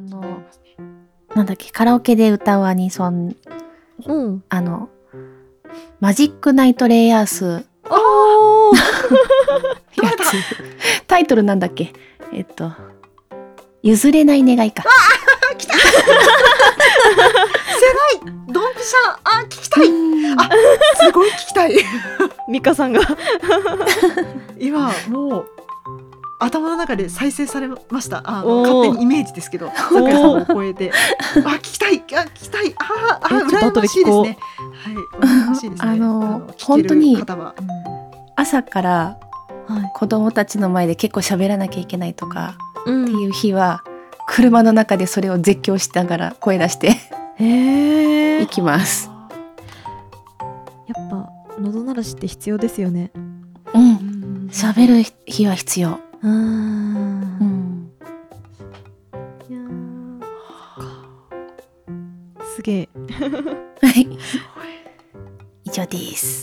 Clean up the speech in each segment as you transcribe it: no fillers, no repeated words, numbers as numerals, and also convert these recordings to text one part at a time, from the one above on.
なんだっけ、カラオケで歌うアニソン、マジックナイトレイヤースやつタイトルなんだっけ、譲れない願いか。 来た世代ドンピシャ、聞きたい、すごい聞きたいミカさんが今もう頭の中で再生されました。勝手にイメージですけど、さくらさんを超えて聞きたい、羨ましいですね。はい、羨ましいですね。 本当に方は、 朝から子供たちの前で結構喋らなきゃいけないとかっていう日は、車の中でそれを絶叫しながら声出して行きます。 やっぱ喉鳴らしって必要ですよね。 喋る日は必要。 いやすげえ以上です。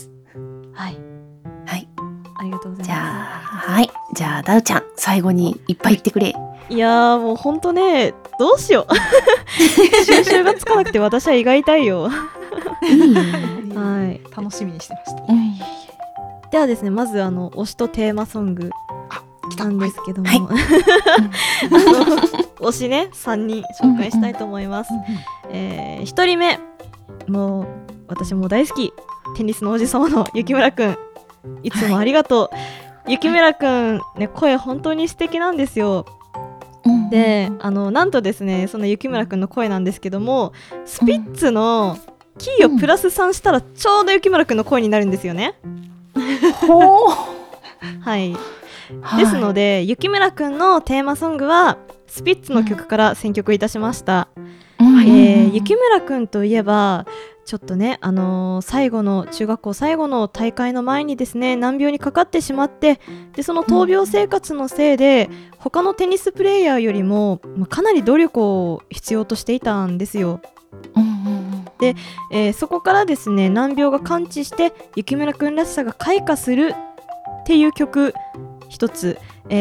はい、ありがとうございます。 じゃあダウちゃん、最後にいっぱい言ってくれ。 いやもうほんとね、どうしよう収集がつかなくて私は胃が痛いよはい、 楽しみにしてました。 ではですね、まず推しとテーマソングなんですけども、推しね3人紹介したいと思います。1人目、もう私も大好き、テニスの王子様の雪村くん、いつもありがとう。雪村くんね、声本当に素敵なんですよ。で、なんとですね、その雪村くんの声なんですけども、スピッツのキーをプラス3したらちょうど雪村くんの声になるんですよね。はい、ですので、雪村くんのテーマソングはスピッツの曲から選曲いたしました。雪村くんといえばちょっとね、中学校最後の大会の前にですね、難病にかかってしまって、でその闘病生活のせいで、他のテニスプレーヤーよりも、かなり努力を必要としていたんですよ。で、そこからですね、難病が完治して雪村くんらしさが開花するっていう曲一つ、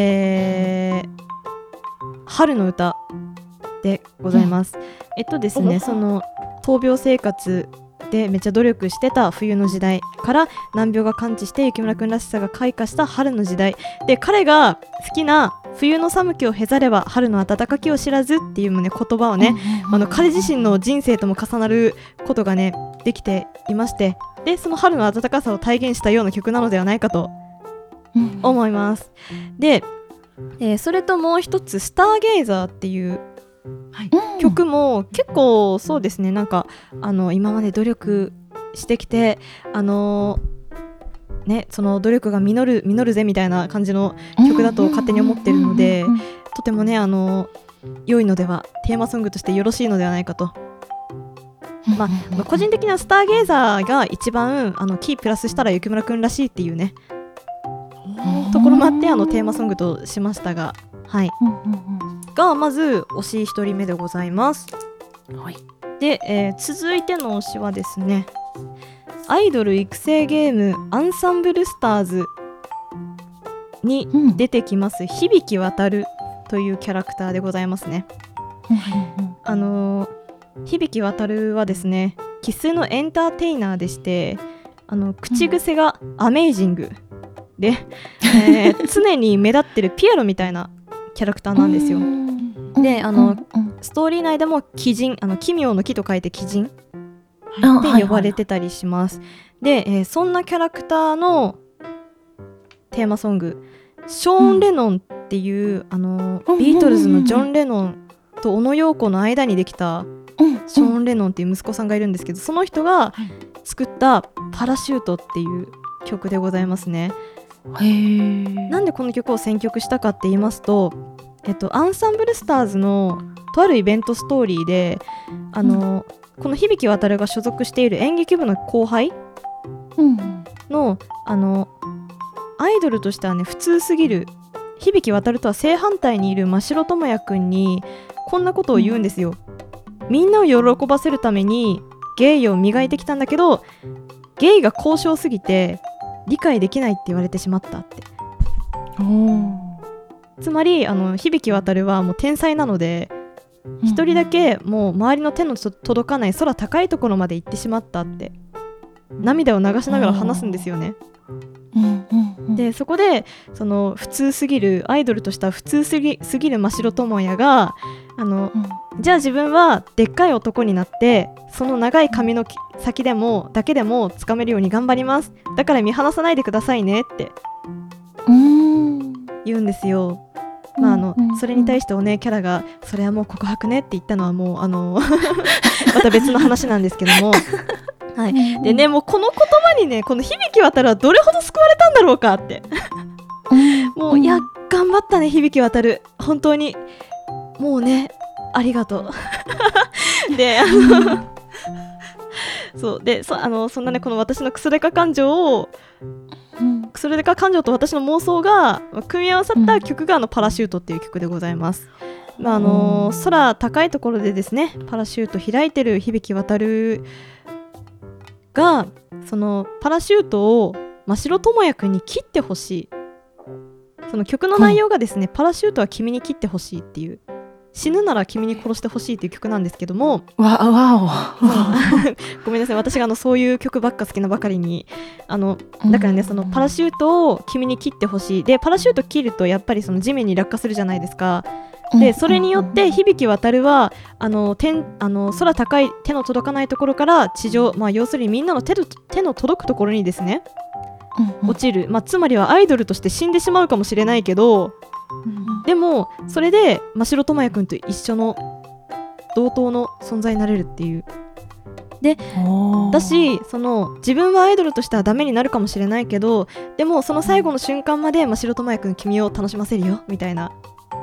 春の歌でございます。ですね、その闘病生活でめっちゃ努力してた冬の時代から難病が完治して雪村くんらしさが開花した春の時代で、彼が好きな冬の寒きをへざれば春の暖かきを知らずっていう、ね、言葉をね、彼自身の人生とも重なることがねできていまして、でその春の暖かさを体現したような曲なのではないかと思います。で、それともう一つ、スターゲイザーっていう曲も結構そうですね、なんか今まで努力してきてね、その努力が実るぜみたいな感じの曲だと勝手に思ってるので、とてもね良いのでは、テーマソングとしてよろしいのではないかと。個人的にはスターゲイザーが一番キープラスしたら雪村くんらしいっていうねところもあって、テーマソングとしましたが、がまず推し1人目でございます。で、続いての推しはですね、アイドル育成ゲームアンサンブルスターズに出てきます響渡というキャラクターでございますね。響渡はですね、生粋のエンターテイナーでして、口癖がアメイジングで、常に目立ってるピエロみたいなキャラクターなんですよ。で、ストーリー内でも奇人、奇妙の奇と書いて奇人って呼ばれてたりします。で、そんなキャラクターのテーマソング、ショーン・レノンっていう、ビートルズのジョン・レノンと小野陽子の間にできたショーン・レノンっていう息子さんがいるんですけど、その人が作ったパラシュートっていう曲でございますね。なんでこの曲を選曲したかって言いますと、アンサンブルスターズのとあるイベントストーリーで、この響渡が所属している演劇部の後輩の、アイドルとしてはね普通すぎる響渡とは正反対にいる真城智也くんにこんなことを言うんですよ。みんなを喜ばせるために芸を磨いてきたんだけど、芸が高尚すぎて理解できないって言われてしまったって。つまり響渡はもう天才なので、 一人だけもう周りの手の届かない空高いところまで行ってしまったって涙を流しながら話すんですよね。でそこでその普通すぎるアイドルとした普通すぎる真城智也がじゃあ自分はでっかい男になってその長い髪の先でもだけでもつかめるように頑張ります、だから見放さないでくださいねって言うんですよ。それに対しておねキャラがそれはもう告白ねって言ったのはもうまた別の話なんですけどもはい、でねもうこの言葉にねこの響渡はどれほど救われたんだろうかってもういや頑張ったね響渡、本当にもうねありがとうでそうでそんなねこの私のクソデカ感情をクソデカ感情と私の妄想が組み合わさった曲がパラシュートっていう曲でございます。空高いところでですねパラシュート開いてる響渡がそのパラシュートを真城智也くんに切ってほしい、その曲の内容がですね、パラシュートは君に切ってほしいっていう死ぬなら君に殺してほしいっていう曲なんですけどもわごめんなさい私がそういう曲ばっか好きなばかりにだからねそのパラシュートを君に切ってほしいでパラシュート切るとやっぱりその地面に落下するじゃないですか。でそれによって響渡は空高い手の届かないところから地上、要するにみんなの手の届くところにですね落ちる、つまりはアイドルとして死んでしまうかもしれないけど、でもそれで真城智也くんと一緒の同等の存在になれるっていうでだしその自分はアイドルとしてはダメになるかもしれないけどでもその最後の瞬間まで真城智也くん君を楽しませるよみたいな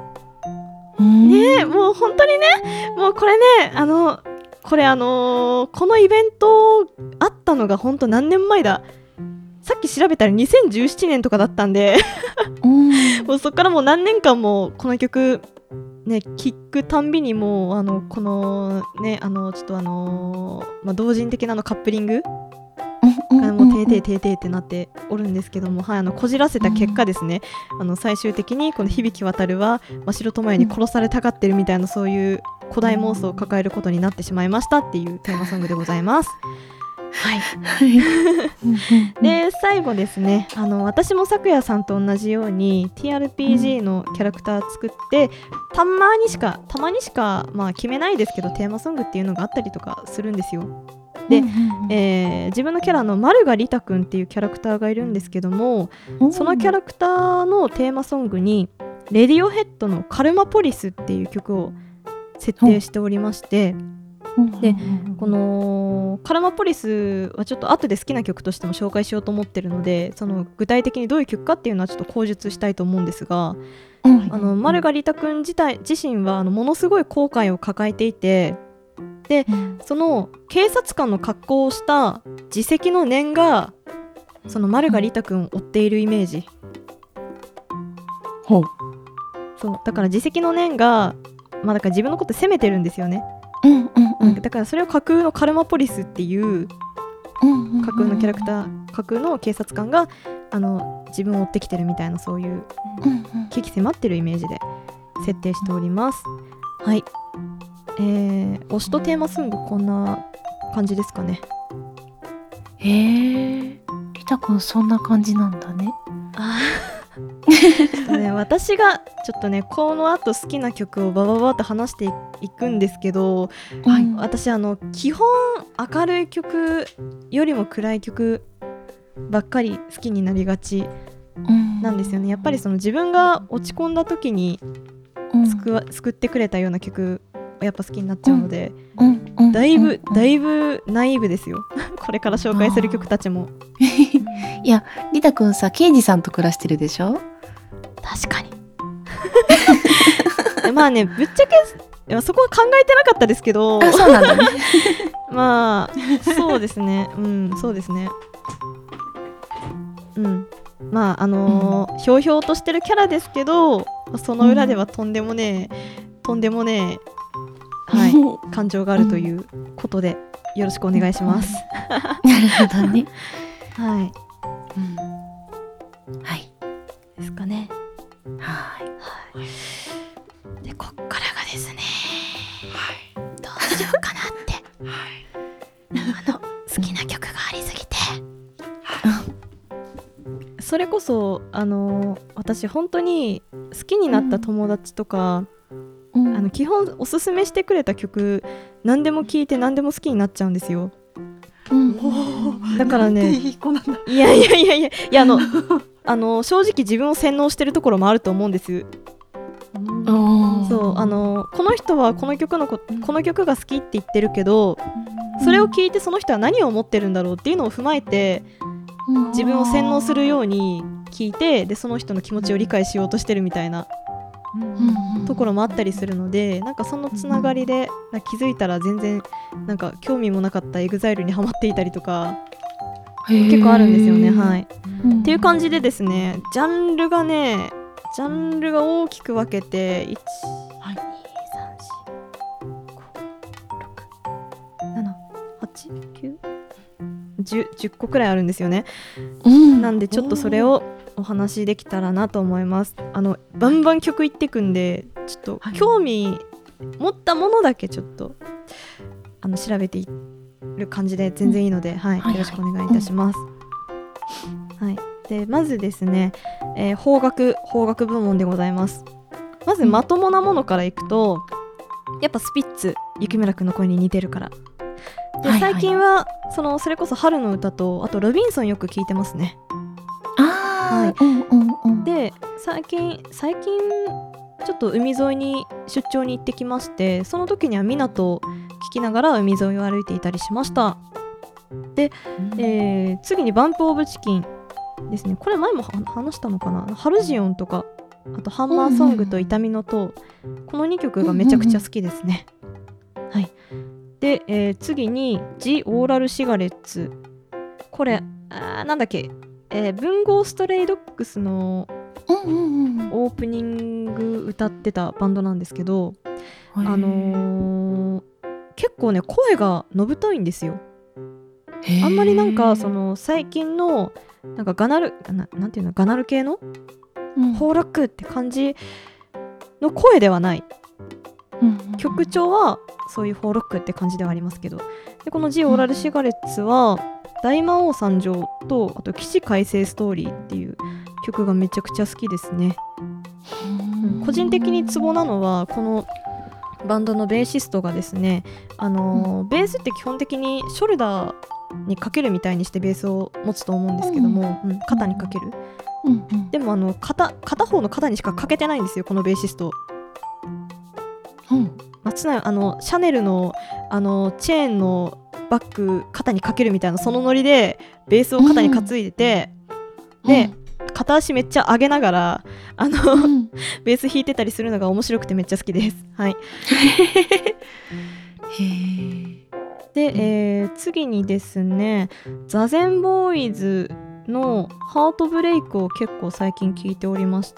ね、もう本当にねもうこれねこのイベントあったのが本当何年前だ、さっき調べたら2017年とかだったんでもうそっからもう何年間もこの曲ね聴くたんびにもうこのねちょっと同人的なカップリングもうてーてーてーてーってなっておるんですけども、はい、こじらせた結果ですね最終的にこの響渡は真城智也に殺されたがってるみたいなそういう古代妄想を抱えることになってしまいましたっていうテーマソングでございます。はいで最後ですね私も咲夜さんと同じように TRPG のキャラクター作ってたまにしか決めないですけどテーマソングっていうのがあったりとかするんですよ。で、自分のキャラのマルガリタくんっていうキャラクターがいるんですけどもそのキャラクターのテーマソングにレディオヘッドのカルマポリスっていう曲を設定しておりましてでこのカルマポリスはちょっと後で好きな曲としても紹介しようと思ってるのでその具体的にどういう曲かっていうのはちょっと口述したいと思うんですがマルガリタくん自身はものすごい後悔を抱えていてでその警察官の格好をした自責の念がそのマルガリタくんを追っているイメージそうだから自責の念がだから自分のこと責めてるんですよね。だからそれを架空のカルマポリスっていう架空のキャラクター架空の警察官が自分を追ってきてるみたいなそういう危機迫ってるイメージで設定しております。はい、推しとテーマソングこんな感じですかね。 リタくんそんな感じなんだね。 私がちょっとねこの後好きな曲をバババって話していくんですけど、私基本明るい曲よりも暗い曲ばっかり好きになりがちなんですよね。やっぱりその自分が落ち込んだ時に救ってくれたような曲やっぱ好きになっちゃうので、だいぶナイーブですよこれから紹介する曲たちもいやリタくんさ刑事さんと暮らしてるでしょ。 確かにぶっちゃけそこは考えてなかったですけどそうなんだねそうですねそうですねひょうひょうとしてるキャラですけどその裏ではとんでもねえ感情があるということでよろしくお願いしますなるほどねはいですかね。 でこっからがですねこそ私本当に好きになった友達とか、基本おすすめしてくれた曲何でも聴いて何でも好きになっちゃうんですよ。だからね、いや正直自分を洗脳してるところもあると思うんです。そうこの人はこの曲が好きって言ってるけど、それを聞いてその人は何を思ってるんだろうっていうのを踏まえて自分を洗脳するように聞いて、でその人の気持ちを理解しようとしてるみたいなところもあったりするので、なんかそのつながりで気づいたら全然なんか興味もなかった EXILE にハマっていたりとか結構あるんですよね。はい、っていう感じでですね、ジャンルが大きく分けて1、2、3、4、5、6、7、8、9、10個くらいあるんですよね。なんでちょっとそれをお話できたらなと思います。バンバン曲いってくんで、ちょっと興味持ったものだけちょっと調べている感じで全然いいので、よろしくお願いいたします。でまずですね、邦楽部門でございます。まずまともなものからいくと、やっぱスピッツ、雪村くんの声に似てるから。で最近はそれこそ春の歌と、あとロビンソンよく聞いてますね。で最近ちょっと海沿いに出張に行ってきまして、その時には港を聴きながら海沿いを歩いていたりしました。で、次にバンプオブチキンですね。これ前も話したのかな。ハルジオンとか、あとハンマーソングと痛みの塔、この2曲がめちゃくちゃ好きですね。で、次にジ・オーラル・シガレッツ。これなんだっけ、文豪ストレイドッグスのオープニング歌ってたバンドなんですけど、結構ね声がのぶといんですよ。あんまりなんか最近のなんかなんていうの、ガナル系のホーラックって感じの声ではない、曲調はそういうホーロックって感じではありますけど、でこの G オーラルシガレッツは大魔王参上と、あと起死回生ストーリーっていう曲がめちゃくちゃ好きですね。個人的にツボなのはこのバンドのベーシストがですね、ベースって基本的にショルダーにかけるみたいにしてベースを持つと思うんですけども、肩にかける、でも片方の肩にしかかけてないんですよ、このベーシスト。つまりシャネルのチェーンのバッグ肩にかけるみたいなそのノリでベースを肩に担いでて、で片足めっちゃ上げながらベース弾いてたりするのが面白くてめっちゃ好きです。で、次にですね、ザゼンボーイズのハートブレイクを結構最近聴いておりました。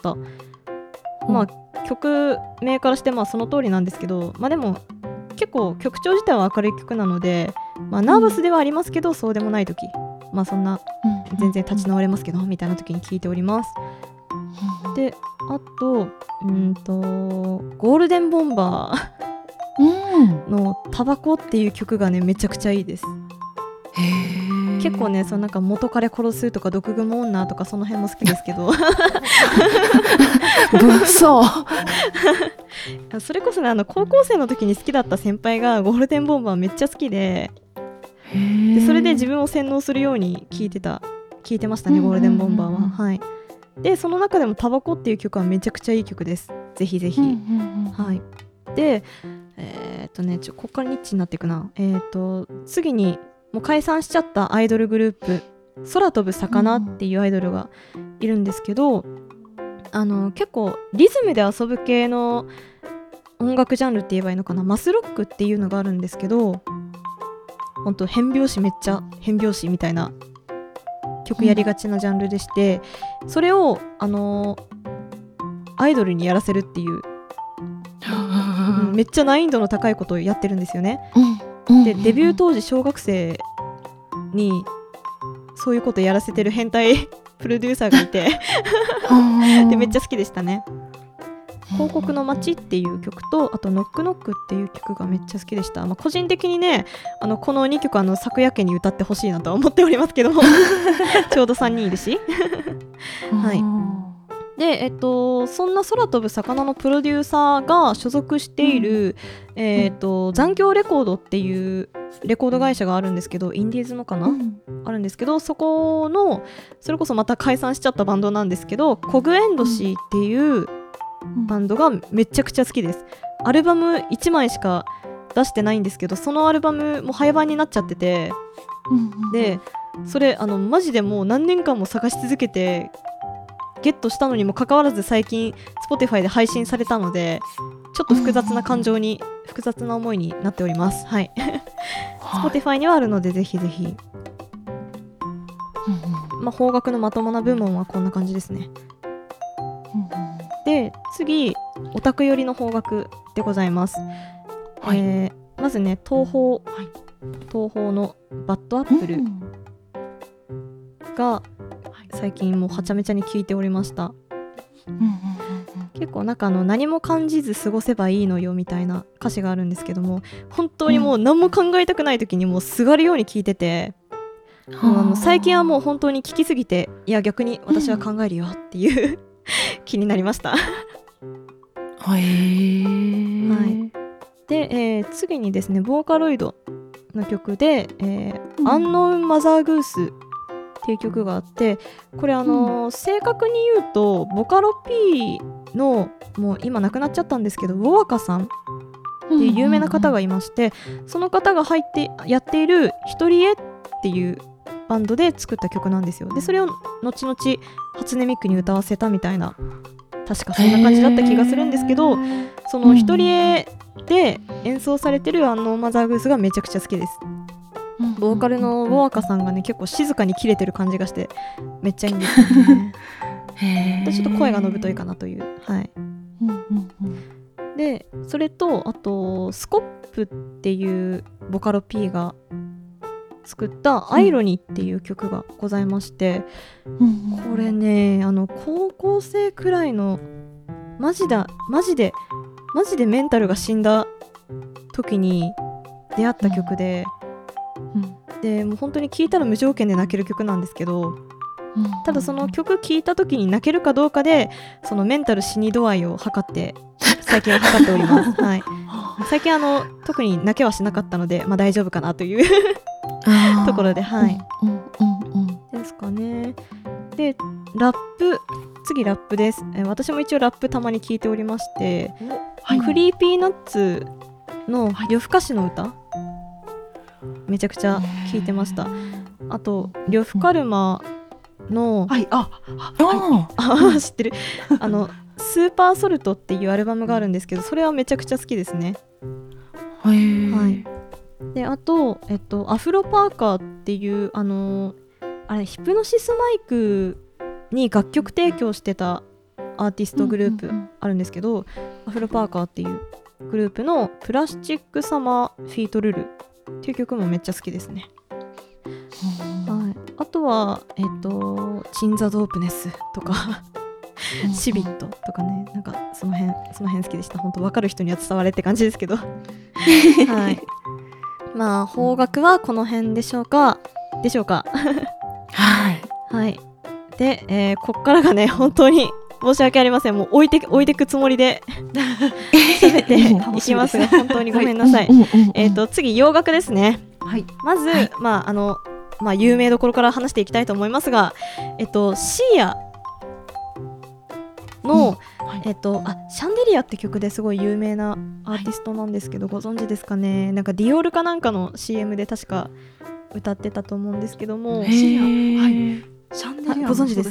曲名からしてその通りなんですけど、でも結構曲調自体は明るい曲なので、ナーバスではありますけどそうでもない時、そんな全然立ち直れますけどみたいな時に聴いております。であとゴールデンボンバーのタバコっていう曲がねめちゃくちゃいいです。結構ねなんか元彼殺すとか毒蜘蛛女とかその辺も好きですけどそれこそね高校生の時に好きだった先輩がゴールデンボンバーめっちゃ好きで、それで自分を洗脳するように聴いてましたね、ゴールデンボンバーは。でその中でもタバコっていう曲はめちゃくちゃいい曲です。ぜひぜひ。でここからニッチになっていくな。次にもう解散しちゃったアイドルグループ、空飛ぶ魚っていうアイドルがいるんですけど、結構リズムで遊ぶ系の音楽ジャンルって言えばいいのかな、マスロックっていうのがあるんですけど、ほんと変拍子めっちゃ変拍子みたいな曲やりがちなジャンルでして、それをアイドルにやらせるっていう、めっちゃ難易度の高いことをやってるんですよね。でデビュー当時小学生にそういうことやらせてる変態プロデューサーがいてでめっちゃ好きでしたね。広告の街っていう曲と、あとノックノックっていう曲がめっちゃ好きでした。個人的にねこの2曲昨夜家に歌ってほしいなとは思っておりますけどちょうど3人いるしはい。で、そんな空飛ぶ魚のプロデューサーが所属している、残響レコードっていうレコード会社があるんですけど、インディーズのかな、あるんですけど、そこのそれこそまた解散しちゃったバンドなんですけど、コグエンドシーっていうバンドがめちゃくちゃ好きです。アルバム1枚しか出してないんですけど、そのアルバムも廃盤になっちゃってて、でそれマジでもう何年間も探し続けてゲットしたのにもかかわらず最近 Spotify で配信されたので、ちょっと複雑な複雑な思いになっております。はい。Spotify にはあるのでぜひぜひ。邦楽のまともな部門はこんな感じですね。で、次オタク寄りの邦楽でございます。まずね、東宝のバッドアップルが最近もうはちゃめちゃに聴いておりました。結構なんか何も感じず過ごせばいいのよみたいな歌詞があるんですけども、本当にもう何も考えたくない時にもうすがるように聴いてて、最近はもう本当に聴きすぎて、いや逆に私は考えるよっていう気になりました。はい。で、次にですね、ボーカロイドの曲で、アンノウンマザーグースっていう曲があって、これ正確に言うとボカロ P のもう今亡くなっちゃったんですけど、ウォワカさんっていう有名な方がいまして、その方が入ってやっているひとりえっていうバンドで作った曲なんですよ。でそれを後々初音ミクに歌わせたみたいな、確かそんな感じだった気がするんですけど、そのひとりえで演奏されてるアンノウンマザーグースがめちゃくちゃ好きです。ボーカルのウォアカさんがね、結構静かに切れてる感じがしてめっちゃいいんですよね。ちょっと声がのぶといかなという。はい。でそれとあとスコップっていうボカロ P が作ったアイロニーっていう曲がございまして、これね高校生くらいのマジでメンタルが死んだ時に出会った曲で、でもう本当に聴いたら無条件で泣ける曲なんですけど、ただその曲聴いた時に泣けるかどうかでそのメンタル死に度合いを測って最近は測っております。はい。最近特に泣けはしなかったので、大丈夫かなというところで、はい、ですかね。で次ラップです。私も一応ラップたまに聞いておりまして、クリーピーナッツの夜更かしの歌、めちゃくちゃ聞いてました。あと呂布カルマの、知ってるスーパーソルトっていうアルバムがあるんですけど、それはめちゃくちゃ好きですね。はい。であと、アフロパーカーっていうヒプノシスマイクに楽曲提供してたアーティストグループあるんですけど、アフロパーカーっていうグループのプラスチックサマーフィートルルっていう曲もめっちゃ好きですね。はい、あとはチンザドープネスとかシビットとかね、なんかその辺好きでした。本当分かる人には伝われって感じですけどはい。邦楽はこの辺でしょうかはい、はい。で、こっからがね本当に申し訳ありません。もう置いてくつもりで全ていきますが本当にごめんなさい。次洋楽ですね。はい。まず、有名どころから話していきたいと思いますが、シーヤの、シャンデリアって曲ですごい有名なアーティストなんですけど、ご存知ですかね。なんかディオールかなんかの CM で確か歌ってたと思うんですけども、 シーヤ、はい、シャンデリアご存知です？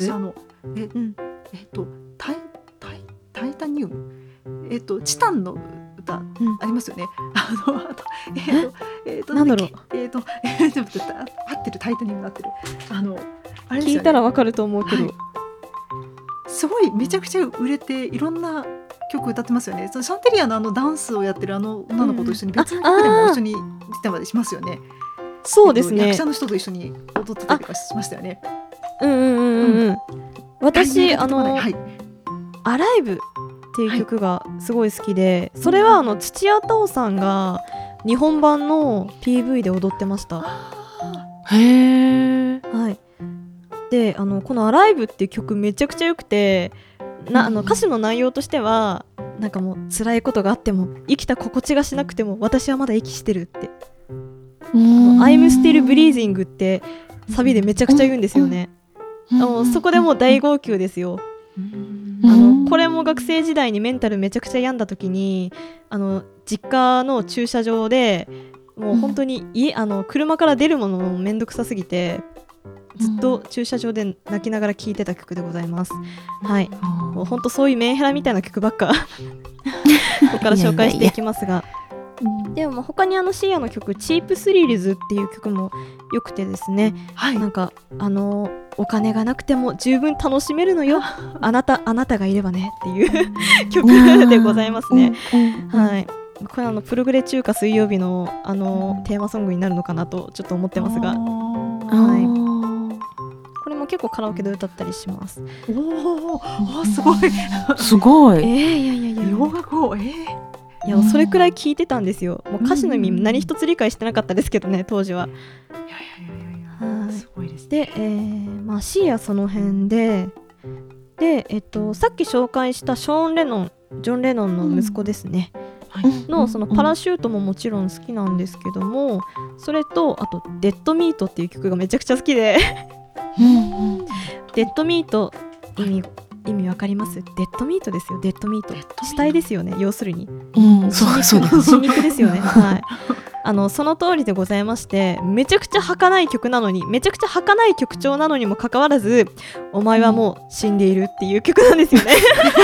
タイタニウム、チタンの歌ありますよね。 なんだろう。 合ってる、タイタニウムになってる。あれですよね、 聞いたらわかると思うけど、 すごいめちゃくちゃ売れていろんな曲歌ってますよね。そのシャンデリアのダンスをやってる女の子と一緒に別の曲でも一緒に出てまでしますよね。 そうですね。 役者の人と一緒に踊ってたりとかしましたよね。 私アライブっていう曲がすごい好きで、それは土屋太鳳さんが日本版の PV で踊ってました。へー。はい。 でこの「Alive」っていう曲めちゃくちゃ良くて、歌詞の内容としてはなんかもう辛いことがあっても生きた心地がしなくても私はまだ息してるってI'm still breathing ってサビでめちゃくちゃ言うんですよね。そこでもう大号泣ですよ。これも学生時代にメンタルめちゃくちゃ病んだ時に実家の駐車場でもう本当に車から出るものもめんどくさすぎてずっと駐車場で泣きながら聴いてた曲でございます。はい、もう本当そういうメンヘラみたいな曲ばっかここから紹介していきますが、でも他にシーアの曲チープスリルズっていう曲もよくてですね、はい、なんかお金がなくても十分楽しめるのよあなたがいればねっていう曲でございますね。はい、これプログレ中華水曜日のテーマソングになるのかなとちょっと思ってますが、はい、これも結構カラオケで歌ったりします。 すごいすごい。 いや洋楽をいやそれくらい聞いてたんですよ。もう歌詞の意味何一つ理解してなかったですけどね当時は。 すごいですね。で、まあシーアその辺でさっき紹介したジョン・レノンの息子ですね、のそのパラシュートももちろん好きなんですけども、それとあとデッドミートっていう曲がめちゃくちゃ好きでデッドミート意味わかります？デッドミートですよ。デッドミート死体ですよね、要するに。 そう死肉ですよねはいその通りでございまして、めちゃくちゃ儚い曲なのに、めちゃくちゃ儚い曲調なのにもかかわらずお前はもう死んでいるっていう曲なんですよね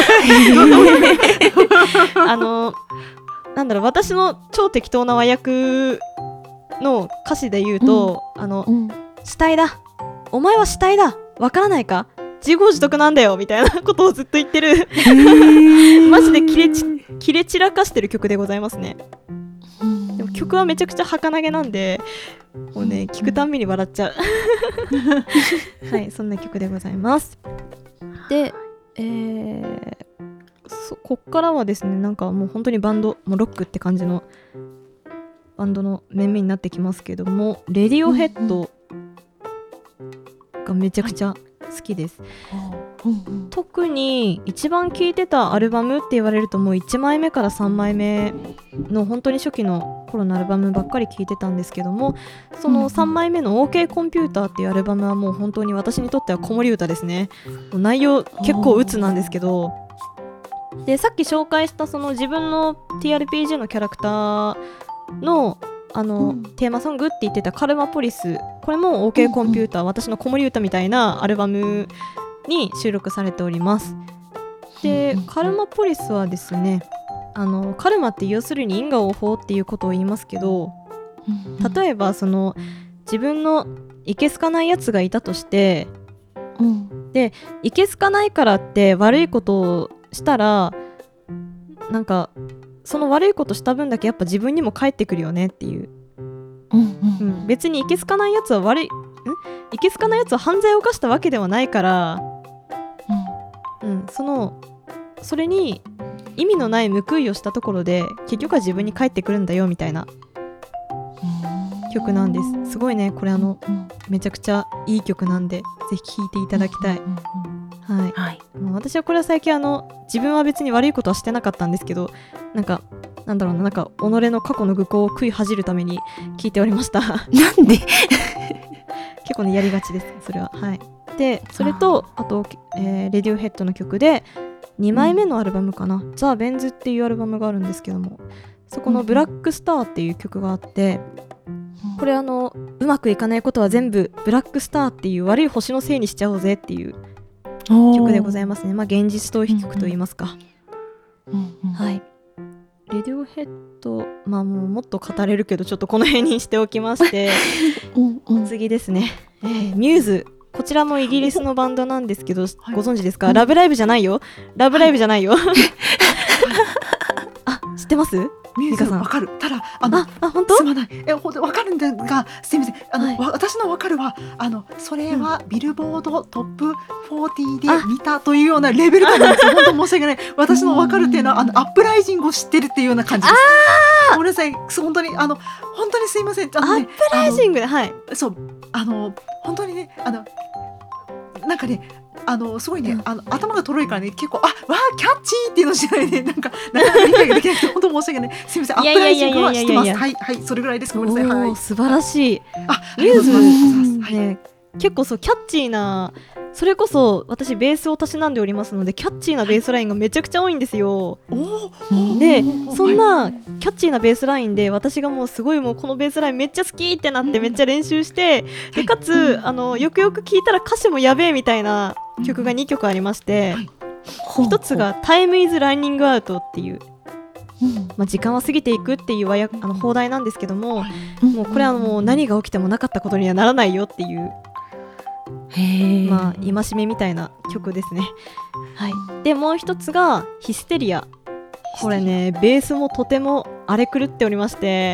なんだろう、私の超適当な和訳の歌詞で言うと、死体だ、お前は死体だ、わからないか、自業自得なんだよみたいなことをずっと言ってるマジでキレ散らかしてる曲でございますね。でも曲はめちゃくちゃ儚げなんで、もうね聞くたんびに笑っちゃうはい、そんな曲でございます。で、こっからはですね、なんかもう本当にバンド、もうロックって感じのバンドの面々になってきますけども、レディオヘッドがめちゃくちゃ好きです。特に一番聴いてたアルバムって言われるともう1枚目から3枚目の本当に初期の頃のアルバムばっかり聴いてたんですけども、その3枚目の OK コンピューターっていうアルバムはもう本当に私にとっては子守歌ですね。内容結構鬱なんですけど、でさっき紹介したその自分の TRPG のキャラクターのテーマソングって言ってたカルマポリス、これも OK コンピューター、私の子守歌みたいなアルバムに収録されております。でカルマポリスはですね、カルマって要するに因果応報っていうことを言いますけど、例えばその自分のいけすかないやつがいたとして、でいけすかないからって悪いことをしたら、なんかその悪いことした分だけやっぱ自分にも返ってくるよねっていう、別にいけすかないやつはいけすかないやつは犯罪を犯したわけではないから、それに意味のない報いをしたところで結局は自分に返ってくるんだよみたいな曲なんです。すごいねこれめちゃくちゃいい曲なんでぜひ聴いていただきたい。はい、私はこれは最近自分は別に悪いことはしてなかったんですけど、なんか己の過去の愚行を悔い恥じるために聴いておりましたなんで結構ねやりがちですそれは。はい、でそれとあと、レディオヘッドの曲で2枚目のアルバムかな、ザ・ベンズっていうアルバムがあるんですけども、そこのブラックスターっていう曲があって、これうまくいかないことは全部ブラックスターっていう悪い星のせいにしちゃおうぜっていう曲でございますね。まあ現実逃避曲と言いますか。はい、レディオヘッド、まあもっと語れるけどちょっとこの辺にしておきまして次ですね、ミューズ、こちらもイギリスのバンドなんですけど、ご存知ですか？ラブライブじゃないよラブライブじゃないよあ、知ってます？ ミューズわかる。ただ本当？ すまない。わかるんだがすみません。私のわかるはそれはビルボードトップ40で見たというようなレベル感なんですよ。本当申し訳ない。私のわかるっていうのはアップライジングを知ってるっていうような感じです。ごめんなさい。本当に本当にすいません。 アップライジングで、はい。 そう本当にねなんかねすごいね、頭がとろいからね結構わーキャッチーっていうのしないでなんかなかなか理解ができなくて本当申し訳ない。すみません。アップライジングは知ってます。はいはい、それぐらいです。ごめんなさい。はい、 素晴らしい。 ミューズね、結構そうキャッチーな、それこそ私ベースをたしなんでおりますのでキャッチーなベースラインがめちゃくちゃ多いんですよ。でそんなキャッチーなベースラインで私がもうすごいもうこのベースラインめっちゃ好きってなってめっちゃ練習して、でかつよくよく聞いたら歌詞もやべえみたいな曲が2曲ありまして、1つが「Time is Running Out」っていう、時間は過ぎていくっていう放題なんですけども、もうこれはもう何が起きてもなかったことにはならないよっていう戒めみたいな曲ですね。はい、でもう一つがヒステリア。これねベースもとても荒れ狂っておりまして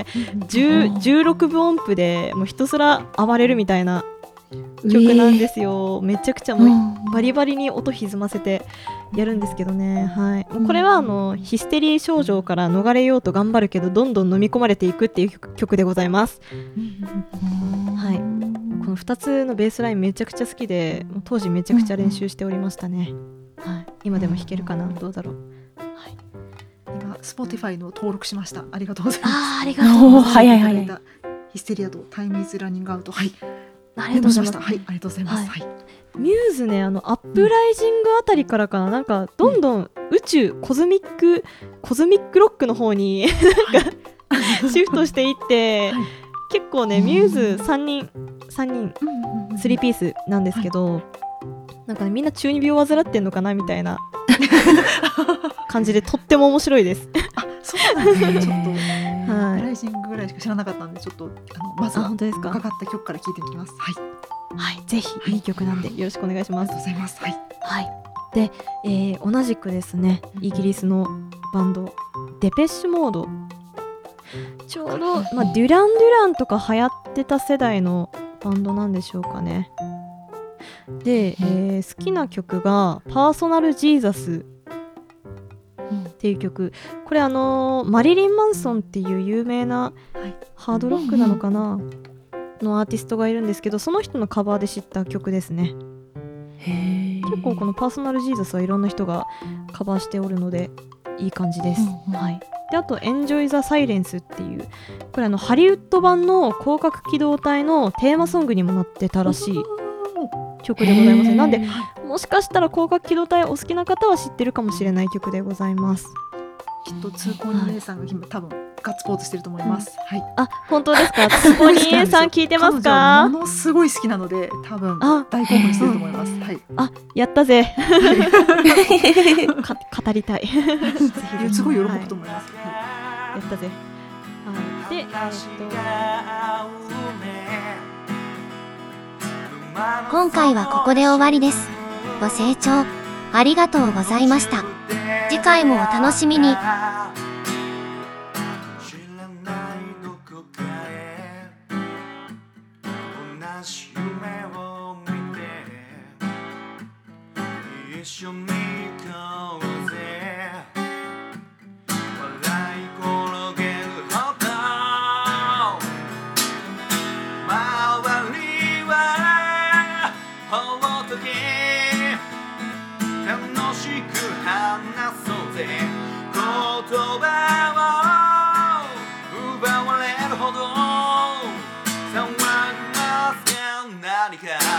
、16分音符でもうひたすら暴れるみたいな曲なんですよ。めちゃくちゃもうバリバリに音歪ませてやるんですけどね、はい、もうこれはヒステリー症状から逃れようと頑張るけどどんどん飲み込まれていくっていう曲でございます。はい、この2つのベースラインめちゃくちゃ好きで、もう当時めちゃくちゃ練習しておりましたね。はい、今でも弾けるかな、どうだろう。はい、 今 Spotify の登録しました。ありがとうございます。 ありがとうございます。 早い早い。 ヒステリアとタイムイズランニングアウト。はい。 ありがとうございます。 はい、ありがとうございます。はい。 ミューズね、アップライジングあたりからかな、なんかどんどん宇宙、コズミックロックの方になんかシフトしていって、結構ねミューズ3人3ピースなんですけど、なんかねみんな中二病を患ってんのかなみたいな感じでとっても面白いです。 あ、そうなんですね。ちょっとアップライジングぐらいしか知らなかったんで、ちょっとまずは伺った曲から聴いてみきます。はい。 はい、ぜひいい曲なんでよろしくお願いします。 ありがとうございます。はい。 はい。で、同じくですね、イギリスのバンドデペッシュモード、ちょうど、デュラン・デュランとか流行ってた世代のバンドなんでしょうかね。で、好きな曲がパーソナル・ジーザスっていう曲。これマリリン・マンソンっていう有名なハードロックなのかな、のアーティストがいるんですけど、その人のカバーで知った曲ですね。結構このパーソナルジーザスはいろんな人がカバーしておるのでいい感じです。はい。であとエンジョイ・ザ・サイレンスっていう、これハリウッド版の広角機動隊のテーマソングにもなってたらしい曲でございます。なんでもしかしたら広角機動隊お好きな方は知ってるかもしれない曲でございます。 きっと通行人姉さんが今多分ガッツポーズしてると思います。はい。 あ、本当ですか。通行人姉さん聞いてますか。 ものすごい好きなので多分大興奮してると思います。はい。 あ、やったぜ。語りたい。 すごい喜ぶと思います。 やったぜ。で、 今回はここで終わりです。ご清聴ありがとうございました。次回もお楽しみに。一緒に行こうぜ。笑い転げるほど周りはほっとけ。楽しく話そうぜ。言葉を奪われるほど騒ぎますが何か